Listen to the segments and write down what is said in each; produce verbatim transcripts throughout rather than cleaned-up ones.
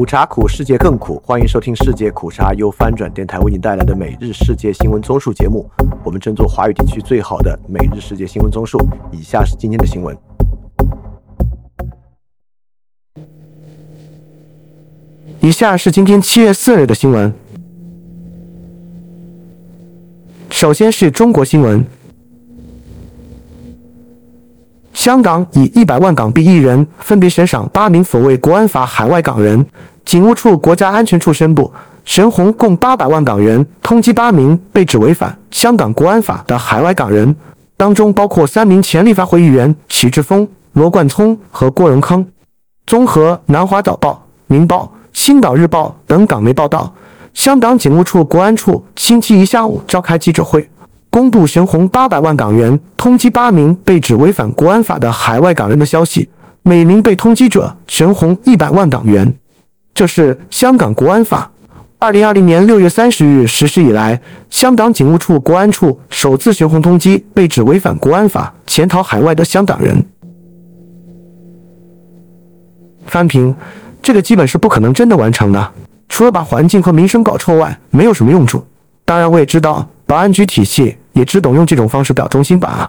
苦茶苦，世界更苦。欢迎收听世界苦茶由翻转电台为你带来的每日世界新闻综述节目。我们争做华语地区最好的每日世界新闻综述。以下是今天的新闻。 以下是今天七月四日的新闻。首先是中国新闻。香港以一百万港币一人，分别悬赏八名所谓国安法海外港人。警务处国家安全处宣布，悬红共八百万港元，通缉八名被指违反香港国安法的海外港人，当中包括三名前立法会议员许志峰、罗冠聪和郭荣铿。综合南华早报、明报、星岛日报等港媒报道，香港警务处国安处星期一下午召开记者会，公布悬红八百万港元，通缉八名被指违反国安法的海外港人的消息，每名被通缉者悬红一百万港元。这是香港国安法二零二零年六月三十日实施以来，香港警务处国安处首次悬红通缉被指违反国安法潜逃海外的香港人。翻评，这个基本是不可能真的完成的，除了把环境和民生搞臭外，没有什么用处。当然我也知道保安局体系也只懂用这种方式表忠心吧啊。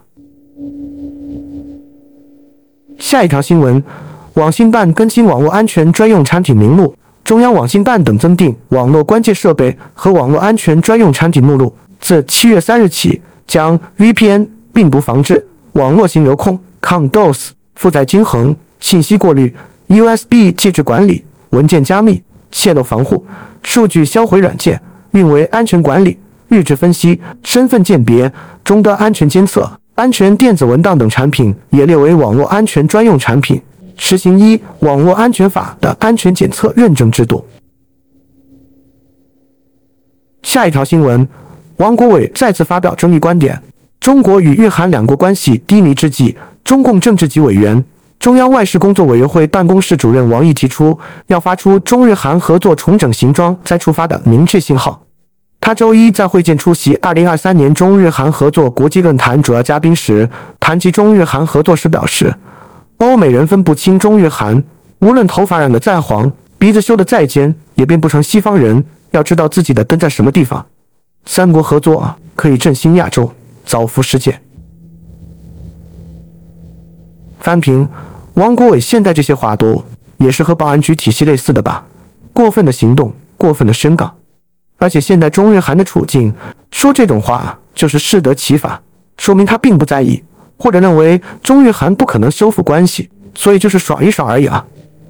下一条新闻，网信办更新网络安全专用产品名录，中央网信办等增订网络关键设备和网络安全专用产品目录，自七月三日起，将 V P N、病毒防治、网络型流控、抗 D O S、负载均衡、信息过滤、U S B 介质管理、文件加密、泄露防护、数据销毁软件、运维安全管理、日志分析、身份鉴别、终端安全监测、安全电子文档等产品也列为网络安全专用产品，实行一网络安全法的安全检测认证制度。下一条新闻，王国伟再次发表争议观点。中国与日韩两国关系低迷之际，中共政治局委员、中央外事工作委员会办公室主任王毅提出，要发出中日韩合作重整行装再出发的明确信号。他周一在会见出席二零二三年中日韩合作国际论坛主要嘉宾时，谈及中日韩合作时表示，欧美人分不清中日韩，无论头发染得再黄，鼻子修得再尖，也变不成西方人，要知道自己的根在什么地方。三国合作可以振兴亚洲，造福世界。翻评，王国伟现在这些话都也是和保安局体系类似的吧，过分的行动，过分的宣告。而且现在中日韩的处境，说这种话就是适得其反，说明他并不在意，或者认为中日韩不可能修复关系，所以就是爽一爽而已啊。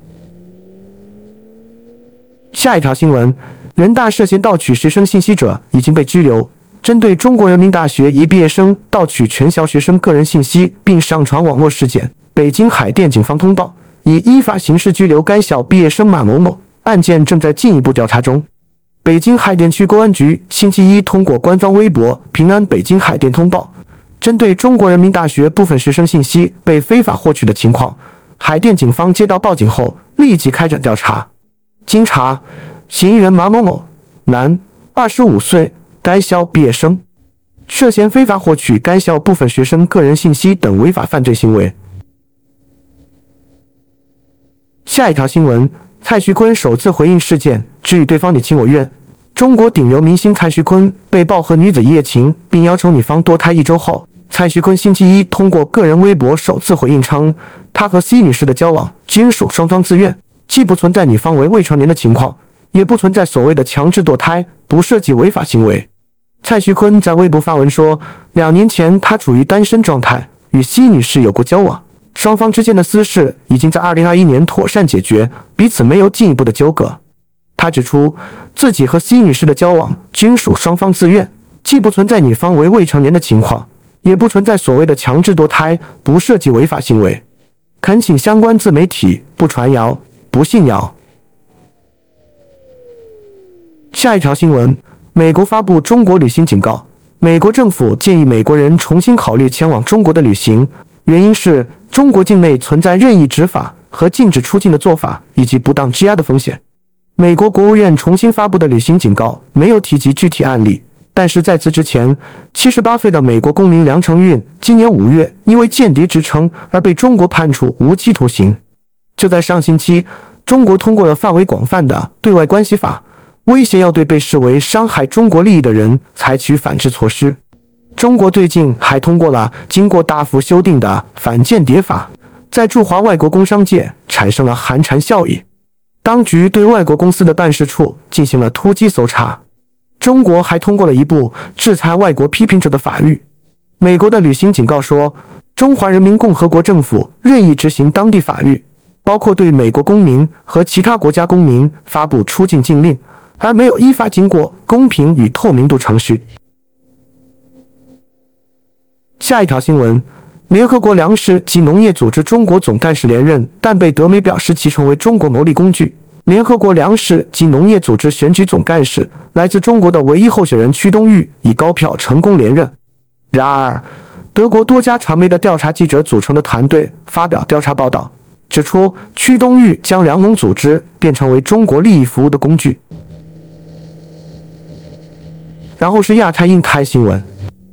下一条新闻，人大涉嫌盗取学生信息者已经被拘留。针对中国人民大学一毕业生盗取全校学生个人信息并上传网络事件，北京海淀警方通报，已依法刑事拘留该校毕业生马某某，案件正在进一步调查中。北京海淀区公安局星期一通过官方微博平安北京海淀通报，针对中国人民大学部分学生信息被非法获取的情况，海淀警方接到报警后立即开展调查。经查，嫌疑人马某某，男，二十五岁，该校毕业生，涉嫌非法获取该校部分学生个人信息等违法犯罪行为。下一条新闻，蔡徐坤首次回应事件，只与对方你情我愿。中国顶流明星蔡徐坤被曝和女子一夜情，并要求女方堕胎一周后，蔡徐坤星期一通过个人微博首次回应称，他和 C 女士的交往均属双方自愿，既不存在女方为未成年的情况，也不存在所谓的强制堕胎，不涉及违法行为。蔡徐坤在微博发文说，两年前他处于单身状态，与 C 女士有过交往，双方之间的私事已经在二零二一年妥善解决，彼此没有进一步的纠葛。他指出，自己和 C 女士的交往均属双方自愿，既不存在女方为未成年的情况，也不存在所谓的强制堕胎，不涉及违法行为。恳请相关自媒体不传谣，不信谣。下一条新闻，美国发布中国旅行警告，美国政府建议美国人重新考虑前往中国的旅行，原因是中国境内存在任意执法和禁止出境的做法，以及不当羁押的风险。美国国务院重新发布的旅行警告没有提及具体案例，但是在此之前，七十八岁的美国公民梁承运今年五月因为间谍职称而被中国判处无期徒刑。就在上星期， 中国通过了范围广泛的对外关系法，威胁要对被视为伤害中国利益的人采取反制措施。中国最近还通过了经过大幅修订的反间谍法，在驻华外国工商界产生了寒蝉效应。当局对外国公司的办事处进行了突击搜查。中国还通过了一部制裁外国批评者的法律。美国的旅行警告说，中华人民共和国政府任意执行当地法律，包括对美国公民和其他国家公民发布出境禁令，而没有依法经过公平与透明度程序。下一条新闻，联合国粮食及农业组织中国总干事连任，但被德媒表示其成为中国牟利工具。联合国粮食及农业组织选举总干事，来自中国的唯一候选人屈冬玉以高票成功连任。然而，德国多家传媒的调查记者组成的团队发表调查报道，指出屈冬玉将粮农组织变成为中国利益服务的工具。然后是亚太印太新闻。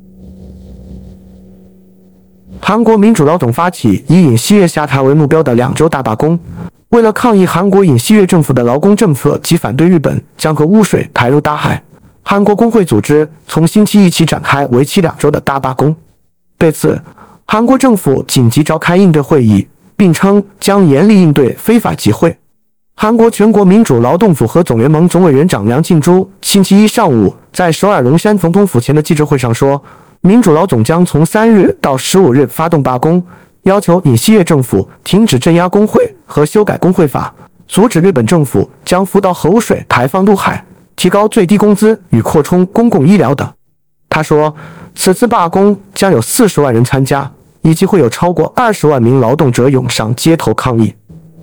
韩国民主劳动发起以尹锡悦下台为目标的两周大罢工，为了抗议韩国尹锡悦政府的劳工政策及反对日本将核污水排入大海，韩国工会组织从星期一起展开为期两周的大罢工。对此，韩国政府紧急召开应对会议，并称将严厉应对非法集会。韩国全国民主劳动组合总联盟总委员长梁庆珠星期一上午在首尔龙山总统府前的记者会上说，民主劳总将从三日到十五日发动罢工，要求尹锡悦政府停止镇压工会和修改工会法，阻止日本政府将福岛核污水排放入海，提高最低工资与扩充公共医疗等。他说，此次罢工将有四十万人参加，以及会有超过二十万名劳动者涌上街头抗议。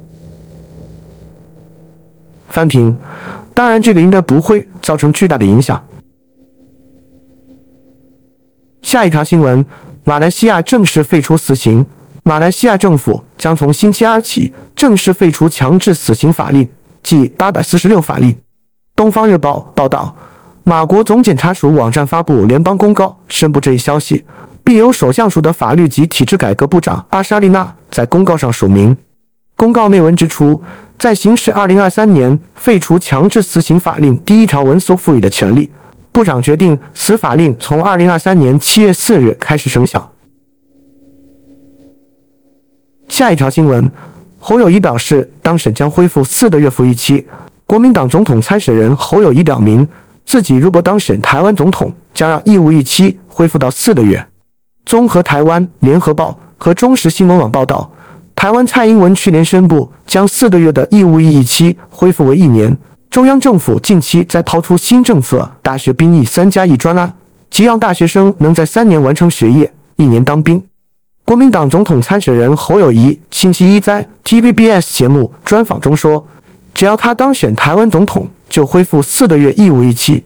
翻评，当然这个应该不会造成巨大的影响。下一条新闻，马来西亚正式废除死刑。马来西亚政府将从星期二起正式废除强制死刑法令，即八百四十六法令。东方日报报道，马国总检察署网站发布联邦公告，宣布这一消息，并由首相署的法律及体制改革部长阿莎丽娜在公告上署名。公告内文指出，在行使二零二三年废除强制死刑法令第一条文所赋予的权利，部长决定此法令从二零二三年七月四日开始生效。下一条新闻，侯友宜表示当选将恢复四个月服役期。国民党总统参选人侯友宜表明，自己如果当选台湾总统，将让义务役期恢复到四个月。综合台湾、联合报和中时新闻网报道，台湾蔡英文去年宣布将四个月的义务役期恢复为一年。中央政府近期在抛出新政策大学兵役三加一专案，即让大学生能在三年完成学业，一年当兵。国民党总统参选人侯友宜星期一在 T V B S 节目专访中说，只要他当选台湾总统，就恢复四个月义务役期。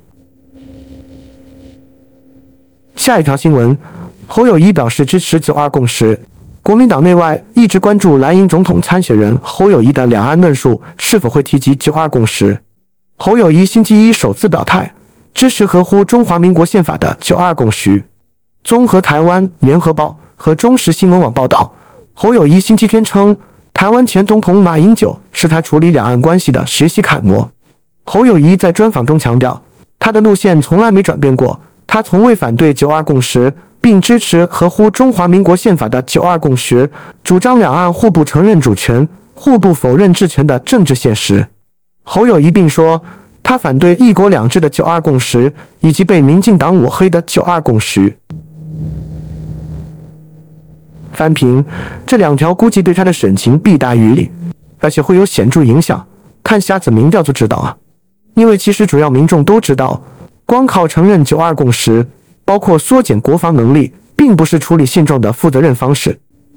下一条新闻，侯友宜表示支持九二共识。国民党内外一直关注蓝营总统参选人侯友宜的两岸论述是否会提及九二共识。侯友宜星期一首次表态，支持合乎中华民国宪法的九二共识。综合台湾、联合报和中时新闻网报道，侯友宜星期天称，台湾前总统马英九是他处理两岸关系的学习楷模。侯友宜在专访中强调，他的路线从来没转变过，他从未反对九二共识，并支持合乎中华民国宪法的九二共识，主张两岸互不承认主权、互不否认治权的政治现实。侯友宜并说，他反对一国两制的九二共识，以及被民进党抹黑的九二共识。翻评，这两条估计对他的选情弊大于利，而且会有显著影响，看下次民调就知道啊。因为其实主要民众都知道，光靠承认九二共识，包括缩减国防能力，并不是处理现状的负责任方式。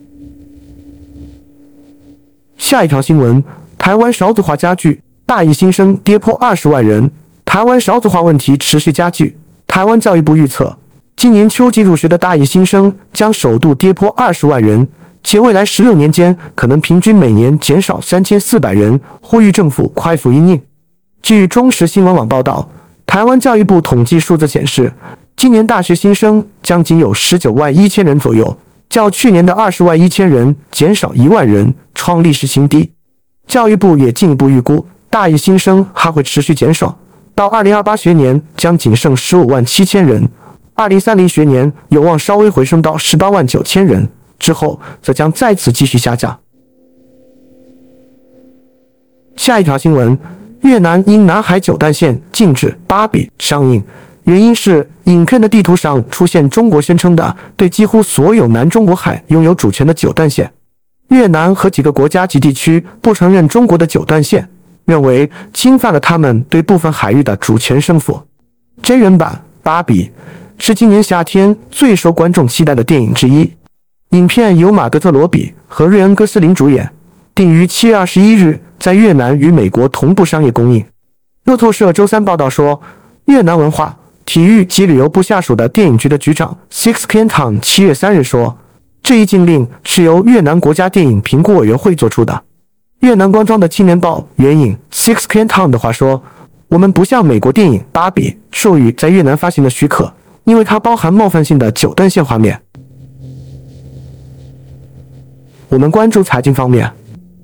下一条新闻，台湾少子化加剧，大一新生跌破二十万人。台湾少子化问题持续加剧，台湾教育部预测，今年秋季入学的大一新生将首度跌破二十万人，且未来十六年间可能平均每年减少三千四百人，呼吁政府快速因应。据中时新闻网报道，台湾教育部统计数字显示，今年大学新生将仅有十九万一千人左右，较去年的二十万一千人减少一万人，创历史新低。 教育部也进一步预估，大一新生还会持续减少，到二零二八学年将仅剩十五万七千人，二零三零学年有望稍微回升到十八万九千人，之后则将再次继续下降。下一条新闻，越南因南海九段线禁止《芭比》上映，原因是影片的地图上出现中国宣称的对几乎所有南中国海拥有主权的九段线。越南和几个国家及地区不承认中国的九段线，认为侵犯了他们对部分海域的主权声符。真人版《芭比》是今年夏天最受观众期待的电影之一。影片由马格特·罗比和瑞恩·戈斯林主演，定于七月二十一日在越南与美国同步商业公映。路透社周三报道说，越南文化、体育及旅游部下属的电影局的局长 Six Kentang 七月三日说，这一禁令是由越南国家电影评估委员会做出的。越南官方的青年报援引 Six Kentang 的话说，我们不向美国电影《芭比》授予在越南发行的许可，因为它包含冒犯性的九段线画面。我们关注财经方面，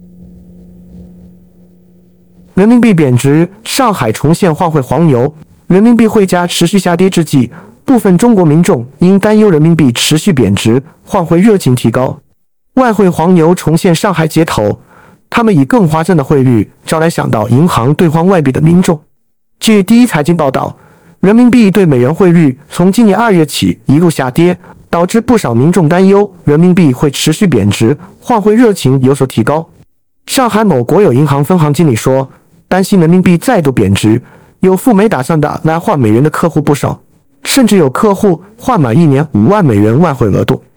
人民币贬值，上海重现换汇黄牛，人民币汇价持续下跌之际，部分中国民众因担忧人民币持续贬值，换汇热情提高，外汇黄牛重现上海街头，他们以更划算的汇率招来想到银行兑换外币的民众。据第一财经报道，人民币对美元汇率从今年二月起一路下跌，导致不少民众担忧人民币会持续贬值，换汇热情有所提高。上海某国有银行分行经理说，担心人民币再度贬值，有赴美打算的来换美元的客户不少，甚至有客户换满一年五万美元外汇额度。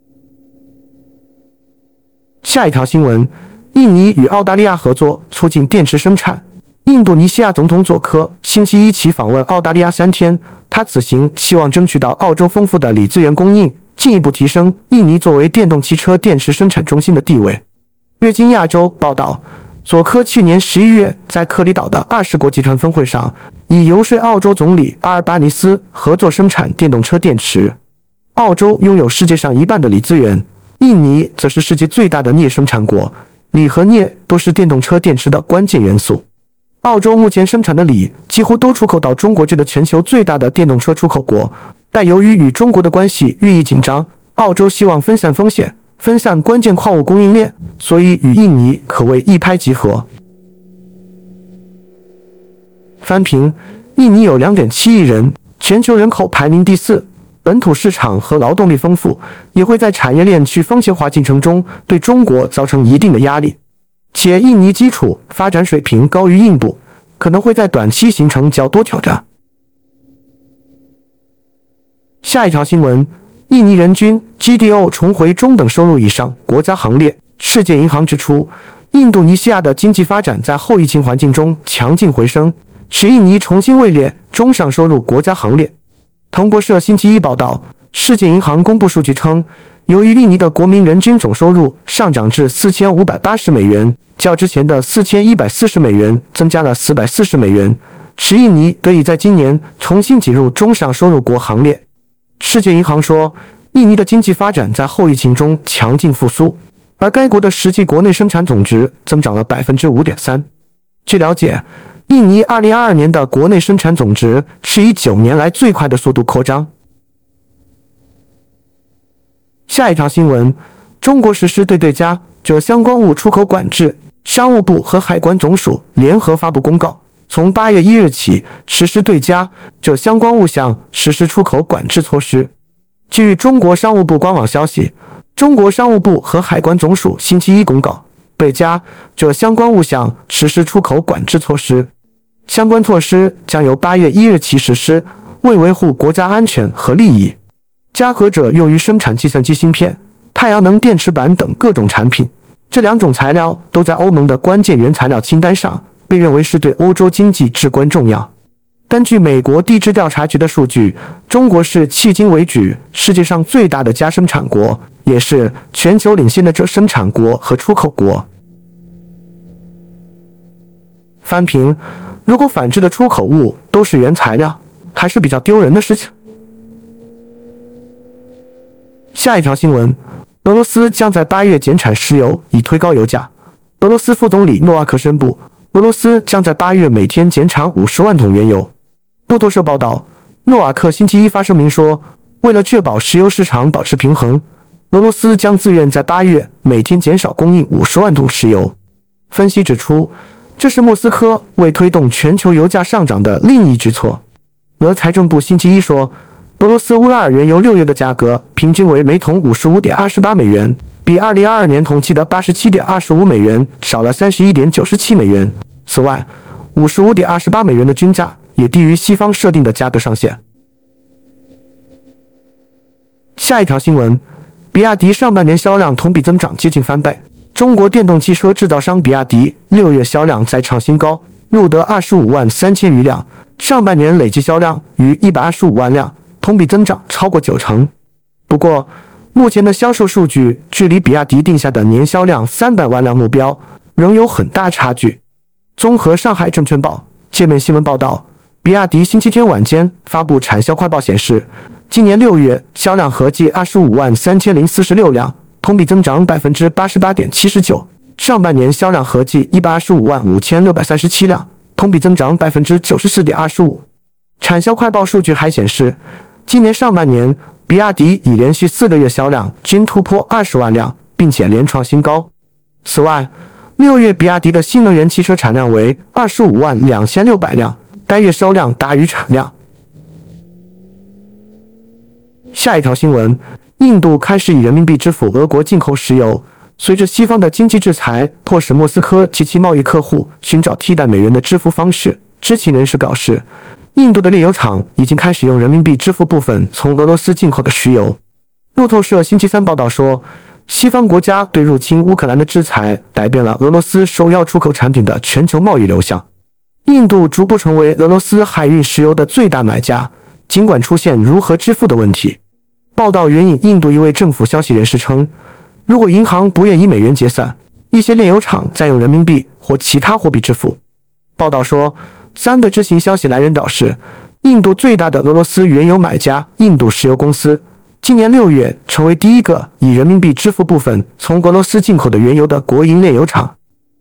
下一条新闻，印尼与澳大利亚合作促进电池生产。印度尼西亚总统佐科星期一起访问澳大利亚三天，他此行希望争取到澳洲丰富的锂资源供应，进一步提升印尼作为电动汽车电池生产中心的地位。月经亚洲报道，佐科去年十一月在克里岛的二十国集团峰会上，以游说澳洲总理阿尔巴尼斯合作生产电动车电池。澳洲拥有世界上一半的锂资源，印尼则是世界最大的镍生产国，锂和镍都是电动车电池的关键元素。澳洲目前生产的锂几乎都出口到中国这个全球最大的电动车出口国，但由于与中国的关系日益紧张，澳洲希望分散风险，分散关键矿物供应链，所以与印尼可谓一拍即合。翻评，印尼有 二点七亿人，全球人口排名第四，本土市场和劳动力丰富，也会在产业链去风险化进程中对中国造成一定的压力。且印尼基础发展水平高于印度，可能会在短期形成较多挑战。下一条新闻，印尼人均 G D P 重回中等收入以上国家行列。世界银行指出，印度尼西亚的经济发展在后疫情环境中强劲回升，使印尼重新位列中上收入国家行列。彭博社星期一报道，世界银行公布数据称，由于印尼的国民人均总收入上涨至四千五百八十美元，较之前的四千一百四十美元增加了四百四十美元，使印尼得以在今年重新挤入中上收入国行列。世界银行说，印尼的经济发展在后疫情中强劲复苏，而该国的实际国内生产总值增长了 百分之五点三。 据了解，印尼二零二二年的国内生产总值是以九年来最快的速度扩张。下一条新闻，中国实施对对家锗相关物出口管制，商务部和海关总署联合发布公告，从八月一日起实施对家锗相关物项实施出口管制措施。据中国商务部官网消息，中国商务部和海关总署星期一公告，对家锗相关物项实施出口管制措施。相关措施将由八月一日起实施，为维护国家安全和利益。镓合锗用于生产计算机芯片、太阳能电池板等各种产品，这两种材料都在欧盟的关键原材料清单上，被认为是对欧洲经济至关重要。根据美国地质调查局的数据，中国是迄今为止世界上最大的镓生产国，也是全球领先的锗生产国和出口国。翻评，如果反制的出口物都是原材料，还是比较丢人的事情。下一条新闻，俄罗斯将在八月减产石油以推高油价。 俄罗斯副总理诺瓦克宣布，俄罗斯将在八月每天减产五十万桶原油。路透社报道，诺瓦克星期一发声明说，为了确保石油市场保持平衡，俄罗斯将自愿在八月每天减少供应五十万桶石油。分析指出，这是莫斯科为推动全球油价上涨的另一举措。俄财政部星期一说，俄罗斯乌拉尔原油六月的价格平均为每桶 五十五点二八美元，比二零二二年同期的 八十七点二五美元少了 三十一点九七美元。此外 ，五十五点二八美元的均价也低于西方设定的价格上限。下一条新闻，比亚迪上半年销量同比增长接近翻倍。中国电动汽车制造商比亚迪六月销量再创新高，录得二十五万三千余辆，上半年累计销量逾一百二十五万辆，同比增长超过九成。不过，目前的销售数据距离比亚迪定下的年销量三百万辆目标仍有很大差距。综合上海证券报、界面新闻报道，比亚迪星期天晚间发布产销快报显示，今年六月销量合计二十五万三千零四十六辆，同比增长 百分之八十八点七九， 上半年销量合计一百二十五万五千六百三十七辆，同比增长 百分之九十四点二五。 产销快报数据还显示，今年上半年比亚迪已连续四个月销量均突破二十万辆，并且连创新高。此外，六月比亚迪的新能源汽车产量为二十五万两千六百辆，单月销量大于产量。下一条新闻，印度开始以人民币支付俄国进口石油。随着西方的经济制裁迫使莫斯科及其贸易客户寻找替代美元的支付方式，知情人士表示，印度的炼油厂已经开始用人民币支付部分从俄罗斯进口的石油。路透社星期三报道说，西方国家对入侵乌克兰的制裁改变了俄罗斯首要出口产品的全球贸易流向。印度逐步成为俄罗斯海运石油的最大买家，尽管出现如何支付的问题。报道援引印度一位政府消息人士称，如果银行不愿以美元结算，一些炼油厂再用人民币或其他货币支付。报道说，三个知情消息来源表示，印度最大的俄罗斯原油买家印度石油公司今年六月成为第一个以人民币支付部分从俄罗斯进口的原油的国营炼油厂。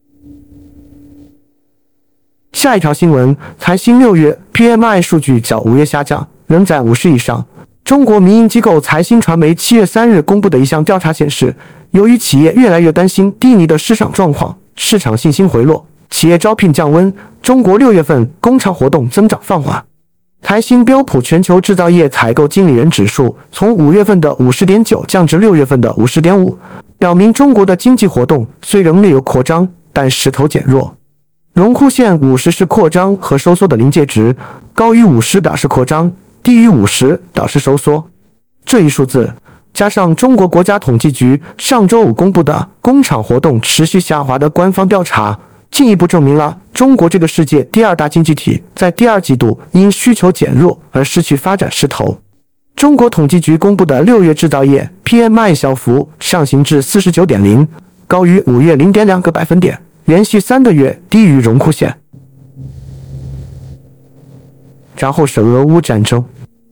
下一条新闻，财新六月 P M I 数据较五月下降，仍在五十以上。中国民营机构财新传媒七月三日公布的一项调查显示，由于企业越来越担心低迷的市场状况，市场信心回落，企业招聘降温，中国六月份工厂活动增长放缓。财新标普全球制造业采购经理人指数从五月份的 五十点九 降至六月份的 五十点五， 表明中国的经济活动虽仍略有扩张，但势头减弱。荣枯线五十是扩张和收缩的临界值，高于五十表示扩张，低于五十表示收缩。这一数字加上中国国家统计局上周五公布的工厂活动持续下滑的官方调查，进一步证明了中国这个世界第二大经济体在第二季度因需求减弱而失去发展势头。中国统计局公布的六月制造业 P M I 小幅上行至 四十九点零， 高于五月 零点二个百分点，连续三个月低于荣枯线。然后是俄乌战争。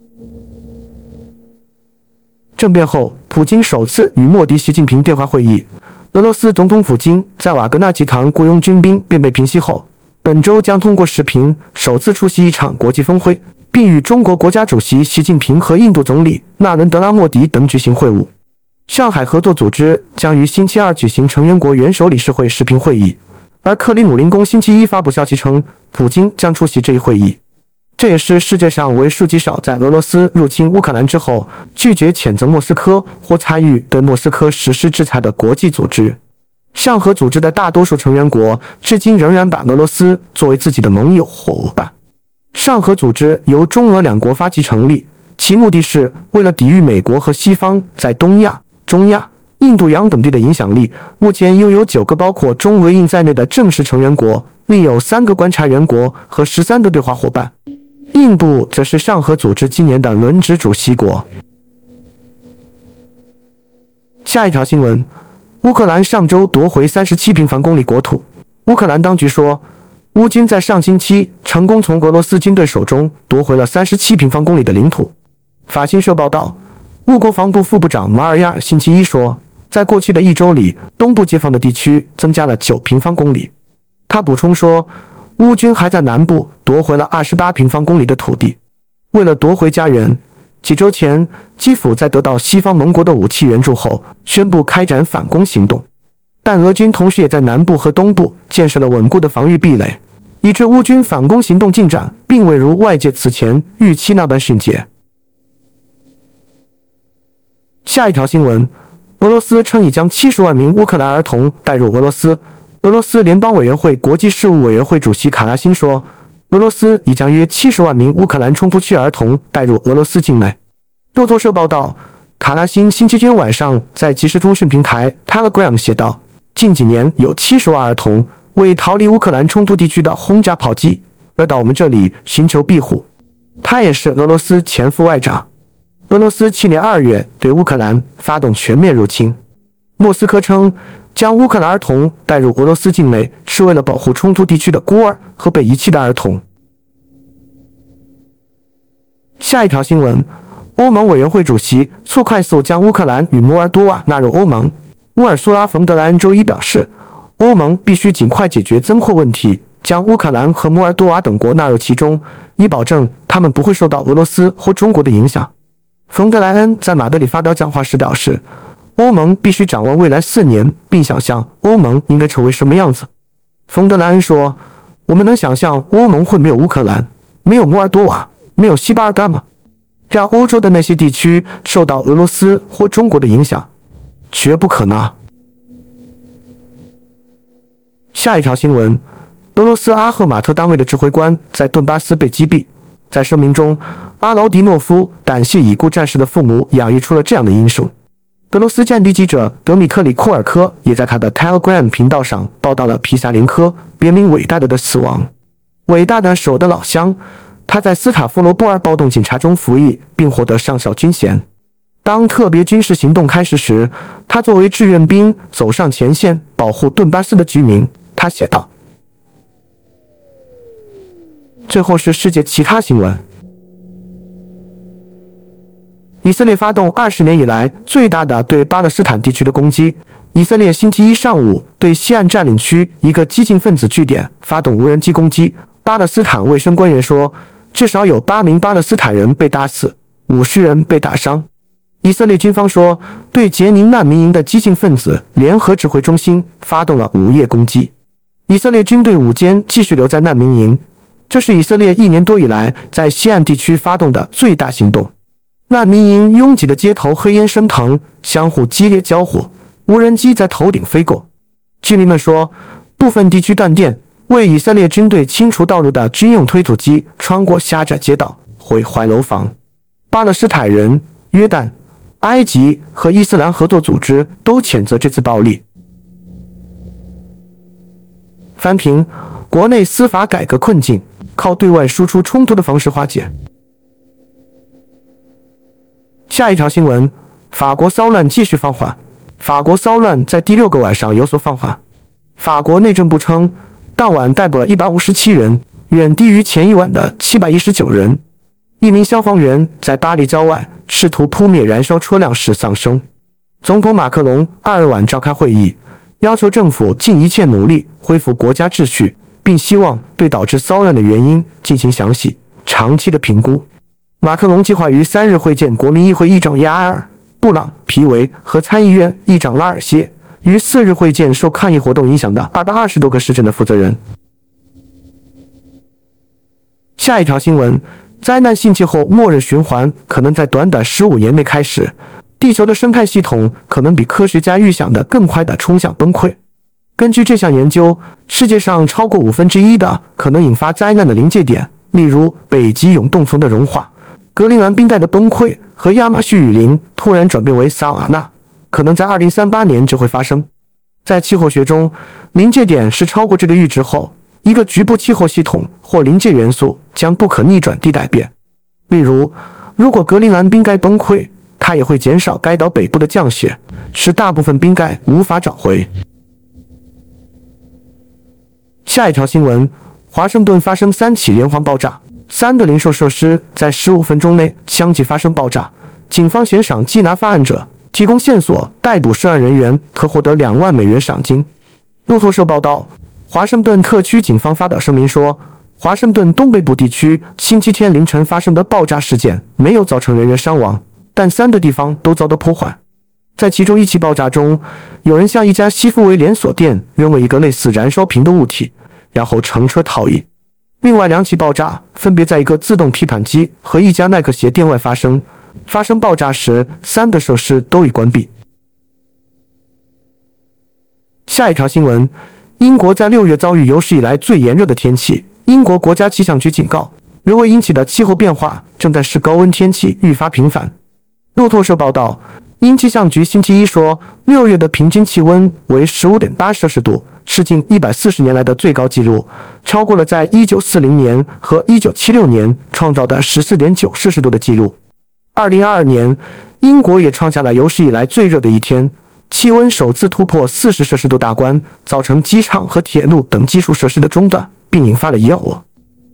政变后，普京首次与莫迪、习近平电话会议。俄罗斯总统普京在瓦格纳集团雇佣军兵便被平息后，本周将通过视频首次出席一场国际峰会，并与中国国家主席习近平和印度总理纳伦德拉莫迪等举行会晤。上海合作组织将于星期二举行成员国元首理事会视频会议，而克里姆林宫星期一发布消息称，普京将出席这一会议。这也是世界上为数极少在俄罗斯入侵乌克兰之后拒绝谴责莫斯科或参与对莫斯科实施制裁的国际组织。上合组织的大多数成员国至今仍然把俄罗斯作为自己的盟友或伙伴。上合组织由中俄两国发起成立，其目的是为了抵御美国和西方在东亚、中亚、印度洋等地的影响力。目前拥有九个包括中俄印在内的正式成员国，另有三个观察员国和十三个对话伙伴。印度则是上合组织今年的轮值主席国。下一条新闻，乌克兰上周夺回三十七平方公里国土。乌克兰当局说，乌军在上星期成功从俄罗斯军队手中夺回了三十七平方公里的领土。法新社报道，乌国防部副部长马尔亚尔星期一说， 在过去的一周里，东部解放的地区增加了九平方公里。他补充说，乌军还在南部夺回了二十八平方公里的土地。为了夺回家园，几周前，基辅在得到西方盟国的武器援助后，宣布开展反攻行动。但俄军同时也在南部和东部建设了稳固的防御壁垒，以致乌军反攻行动进展并未如外界此前预期那般迅捷。下一条新闻，俄罗斯称已将七十万名乌克兰儿童带入俄罗斯。俄罗斯联邦委员会国际事务委员会主席卡拉辛说，俄罗斯已将约七十万名乌克兰冲突区儿童带入俄罗斯境内。路透社报道，卡拉辛星期天晚上在即时通讯平台 Telegram 写道，近几年有七十万儿童为逃离乌克兰冲突地区的轰炸炮击而到我们这里寻求庇护。他也是俄罗斯前副外长。俄罗斯去年二月对乌克兰发动全面入侵。莫斯科称，将乌克兰儿童带入俄罗斯境内是为了保护冲突地区的孤儿和被遗弃的儿童。下一条新闻，欧盟委员会主席促快速将乌克兰与摩尔多瓦纳入欧盟。乌尔苏拉·冯德莱恩周一表示，欧盟必须尽快解决增货问题，将乌克兰和摩尔多瓦等国纳入其中，以保证他们不会受到俄罗斯或中国的影响。冯德莱恩在马德里发表讲话时表示，欧盟必须展望未来四年，并想象欧盟应该成为什么样子。冯德莱恩说，我们能想象欧盟会没有乌克兰，没有摩尔多瓦，没有西巴尔干吗？让欧洲的那些地区受到俄罗斯或中国的影响？绝不可能。下一条新闻，俄罗斯阿赫马特单位的指挥官在顿巴斯被击毙。在声明中，阿劳迪诺夫感谢已故战士的父母养育出了这样的英雄。俄罗斯战地记者德米克里库尔科也在他的 Telegram 频道上报道了皮萨林科别名伟大的的死亡。伟大的是我的老乡，他在斯塔夫罗波尔暴动警察中服役并获得上校军衔。当特别军事行动开始时，他作为志愿兵走上前线保护顿巴斯的居民。他写道。最后是世界其他新闻。以色列发动二十年以来最大的对巴勒斯坦地区的攻击。以色列星期一上午对西岸占领区一个激进分子据点发动无人机攻击。巴勒斯坦卫生官员说，至少有八名巴勒斯坦人被打死，五十人被打伤。以色列军方说，对杰宁难民营的激进分子联合指挥中心发动了午夜攻击。以色列军队午间继续留在难民营，这是以色列一年多以来在西岸地区发动的最大行动。难民营拥挤的街头黑烟升腾，相互激烈交火，无人机在头顶飞过。居民们说，部分地区断电，为以色列军队清除道路的军用推土机穿过狭窄街道，毁坏楼房。巴勒斯坦人、约旦、埃及和伊斯兰合作组织都谴责这次暴力。翻评，国内司法改革困境，靠对外输出冲突的方式化解。下一条新闻，法国骚乱继续放缓。法国骚乱在第六个晚上有所放缓。法国内政部称，当晚逮捕了一百五十七人，远低于前一晚的七百一十九人。一名消防员在巴黎郊外试图扑灭燃烧车辆时丧生。总统马克龙二晚召开会议，要求政府尽一切努力恢复国家秩序，并希望对导致骚乱的原因进行详细、长期的评估。马克龙计划于三日会见国民议会议长亚埃尔·布朗皮维和参议院议长拉尔谢，于四日会见受抗议活动影响的二百二十多个市镇的负责人。下一条新闻，灾难性气候末日循环可能在短短十五年内开始，地球的生态系统可能比科学家预想的更快地冲向崩溃。根据这项研究，世界上超过五分之一的可能引发灾难的临界点，例如北极永冻层的融化、格陵兰冰带的崩溃和亚马逊雨林突然转变为萨瓦纳，可能在二零三八年就会发生。在气候学中，临界点是超过这个阈值后，一个局部气候系统或临界元素将不可逆转地改变。例如，如果格陵兰冰盖崩溃，它也会减少该岛北部的降雪，使大部分冰盖无法找回。下一条新闻，华盛顿发生三起连环爆炸，三个零售设施在十五分钟内相继发生爆炸。警方悬赏缉拿犯案者， 提供线索逮捕涉案人员可获得两万美元赏金。路透社报道，华盛顿特区警方发表声明说，华盛顿东北部地区星期天凌晨发生的爆炸事件没有造成人员伤亡，但三个地方都遭到破坏。在其中一起爆炸中，有人向一家西夫维连锁店扔了一个类似燃烧瓶的物体，然后乘车逃逸。另外两起爆炸分别在一个自动批盘机和一家耐克鞋店外发生，发生爆炸时，三个设施都已关闭。下一条新闻，英国在六月遭遇有史以来最炎热的天气。英国国家气象局警告，人为引起的气候变化正在使高温天气愈发频繁。路透社报道，英气象局星期一说，六月的平均气温为 十五点八 摄氏度，是近一百四十年来的最高纪录，超过了在一九四零年和一九七六年创造的 十四点九 摄氏度的纪录。二零二二年，英国也创下了有史以来最热的一天，气温首次突破四十摄氏度大关，造成机场和铁路等基础设施的中断，并引发了医药额。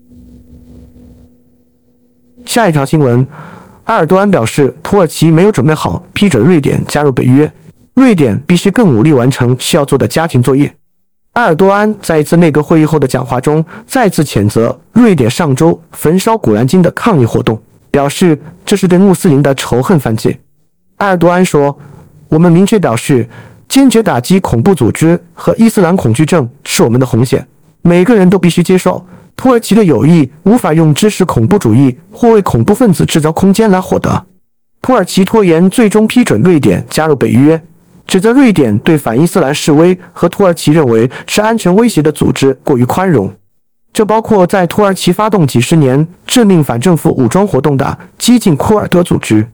下一条新闻，埃尔多安表示，土耳其没有准备好批准瑞典加入北约，瑞典必须更努力完成需要做的家庭作业。埃尔多安在一次内阁会议后的讲话中，再次谴责瑞典上周焚烧古兰经的抗议活动，表示这是对穆斯林的仇恨犯罪。埃尔多安说，我们明确表示，坚决打击恐怖组织和伊斯兰恐惧症是我们的红线，每个人都必须接受，土耳其的友谊无法用支持恐怖主义或为恐怖分子制造空间来获得。土耳其拖延最终批准瑞典加入北约，指责瑞典对反伊斯兰示威和土耳其认为是安全威胁的组织过于宽容，这包括在土耳其发动几十年致命反政府武装活动的激进库尔德组织。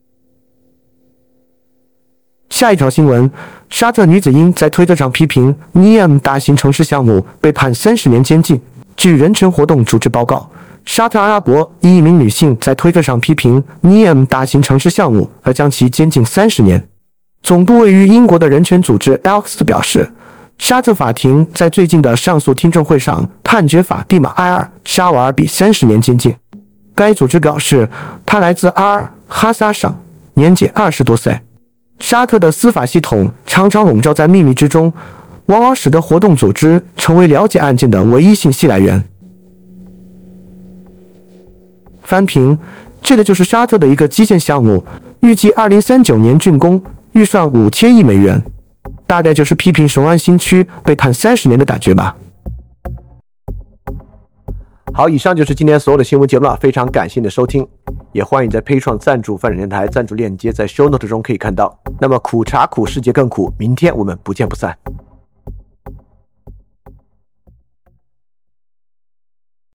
下一条新闻，沙特女子因在推特上批评 N E M 大型城市项目被判三十年监禁。据人权活动组织报告，沙特阿拉伯以一名女性在推特上批评 N E M 大型城市项目而将其监禁三十年。总部位于英国的人权组织 A L X 表示，沙特法庭在最近的上诉听证会上判决法蒂马埃尔·沙瓦尔比三十年监禁。该组织表示，他来自阿尔哈萨省，年仅二十多岁。沙特的司法系统常常笼罩在秘密之中，往往使得活动组织成为了解案件的唯一信息来源。翻评，这个就是沙特的一个基建项目，预计二零三九年竣工，预算五千亿美元，大概就是批评雄安新区被判三十年的感觉吧。 好，以上就是今天所有的新闻节目了，非常感谢你的收听，也欢迎在 Patreon 赞助翻转电台，赞助链接在 show note 中可以看到。那么苦茶苦，世界更苦，明天我们不见不散。